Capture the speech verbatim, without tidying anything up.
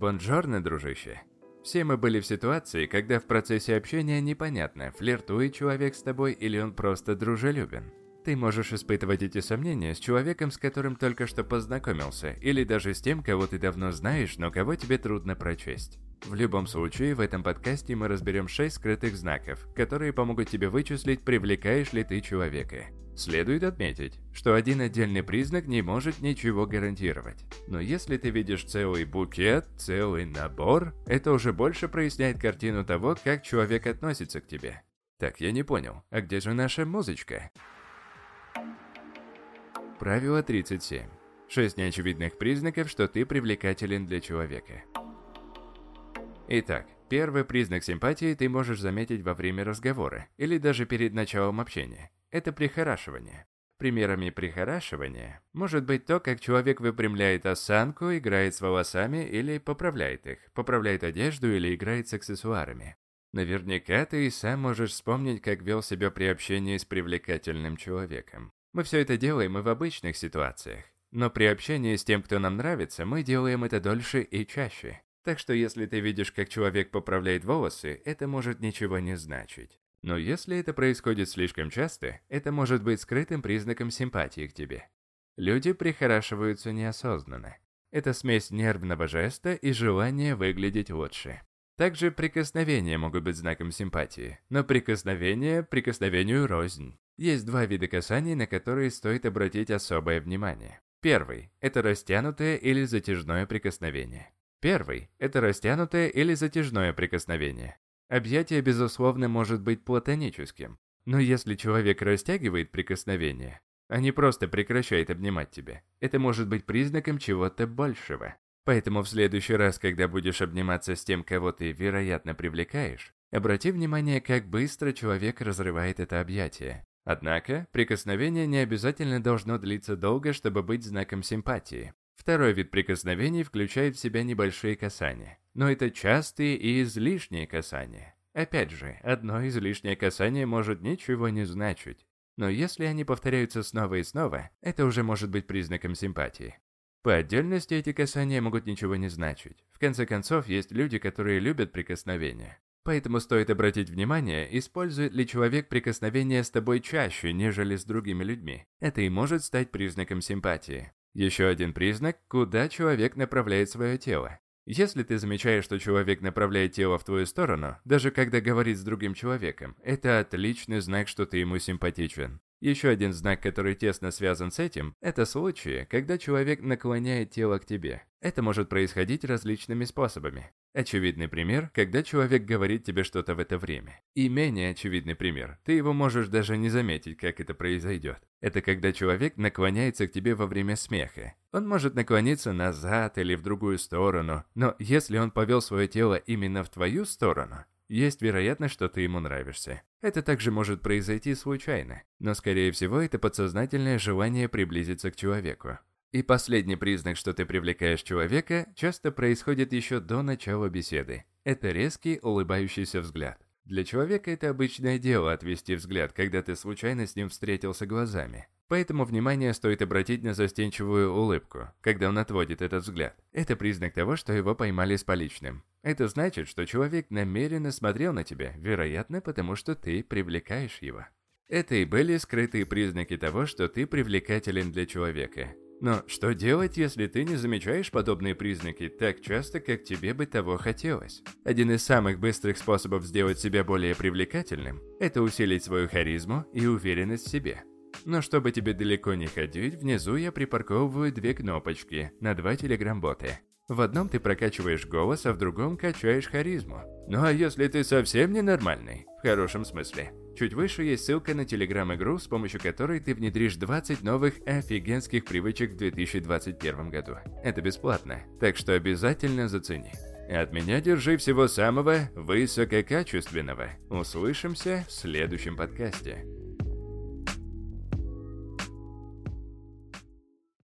Бонжорно, дружище. Все мы были в ситуации, когда в процессе общения непонятно, флиртует человек с тобой или он просто дружелюбен. Ты можешь испытывать эти сомнения с человеком, с которым только что познакомился, или даже с тем, кого ты давно знаешь, но кого тебе трудно прочесть. В любом случае, в этом подкасте мы разберем шесть скрытых знаков, которые помогут тебе вычислить, привлекаешь ли ты человека. Следует отметить, что один отдельный признак не может ничего гарантировать. Но если ты видишь целый букет, целый набор, это уже больше проясняет картину того, как человек относится к тебе. Так, я не понял, а где же наша музычка? Правило тридцать семь. Шесть неочевидных признаков, что ты привлекателен для человека. Итак, первый признак симпатии ты можешь заметить во время разговора или даже перед началом общения. Это прихорашивание. Примерами прихорашивания может быть то, как человек выпрямляет осанку, играет с волосами или поправляет их, поправляет одежду или играет с аксессуарами. Наверняка ты и сам можешь вспомнить, как вел себя при общении с привлекательным человеком. Мы все это делаем и в обычных ситуациях, но при общении с тем, кто нам нравится, мы делаем это дольше и чаще. Так что если ты видишь, как человек поправляет волосы, это может ничего не значить. Но если это происходит слишком часто, это может быть скрытым признаком симпатии к тебе. Люди прихорашиваются неосознанно. Это смесь нервного жеста и желания выглядеть лучше. Также прикосновения могут быть знаком симпатии, но прикосновение прикосновению рознь. Есть два вида касаний, на которые стоит обратить особое внимание. Первый – это растянутое или затяжное прикосновение. Первый – это растянутое или затяжное прикосновение. Объятие, безусловно, может быть платоническим, но если человек растягивает прикосновение, а не просто прекращает обнимать тебя, это может быть признаком чего-то большего. Поэтому в следующий раз, когда будешь обниматься с тем, кого ты, вероятно, привлекаешь, обрати внимание, как быстро человек разрывает это объятие. Однако, прикосновение не обязательно должно длиться долго, чтобы быть знаком симпатии. Второй вид прикосновений включает в себя небольшие касания, но это частые и излишние касания. Опять же, одно излишнее касание может ничего не значить, но если они повторяются снова и снова, это уже может быть признаком симпатии. По отдельности эти касания могут ничего не значить. В конце концов, есть люди, которые любят прикосновения. Поэтому стоит обратить внимание, использует ли человек прикосновение с тобой чаще, нежели с другими людьми. Это и может стать признаком симпатии. Еще один признак, куда человек направляет свое тело. Если ты замечаешь, что человек направляет тело в твою сторону, даже когда говорит с другим человеком, это отличный знак, что ты ему симпатичен. Еще один знак, который тесно связан с этим, это случаи, когда человек наклоняет тело к тебе. Это может происходить различными способами. Очевидный пример, когда человек говорит тебе что-то в это время. И менее очевидный пример, ты его можешь даже не заметить, как это произойдет. Это когда человек наклоняется к тебе во время смеха. Он может наклониться назад или в другую сторону, но если он повел свое тело именно в твою сторону, есть вероятность, что ты ему нравишься. Это также может произойти случайно, но скорее всего это подсознательное желание приблизиться к человеку. И последний признак, что ты привлекаешь человека, часто происходит еще до начала беседы. Это резкий, улыбающийся взгляд. Для человека это обычное дело отвести взгляд, когда ты случайно с ним встретился глазами. Поэтому внимание стоит обратить на застенчивую улыбку, когда он отводит этот взгляд. Это признак того, что его поймали с поличным. Это значит, что человек намеренно смотрел на тебя, вероятно, потому что ты привлекаешь его. Это и были скрытые признаки того, что ты привлекателен для человека. Но что делать, если ты не замечаешь подобные признаки так часто, как тебе бы того хотелось? Один из самых быстрых способов сделать себя более привлекательным – это усилить свою харизму и уверенность в себе. Но чтобы тебе далеко не ходить, внизу я припарковываю две кнопочки на два телеграм-бота. В одном ты прокачиваешь голос, а в другом качаешь харизму. Ну а если ты совсем ненормальный, в хорошем смысле, чуть выше есть ссылка на телеграм-игру, с помощью которой ты внедришь двадцать новых офигенских привычек в две тысячи двадцать первом году. Это бесплатно, так что обязательно зацени. От меня держи всего самого высококачественного. Услышимся в следующем подкасте.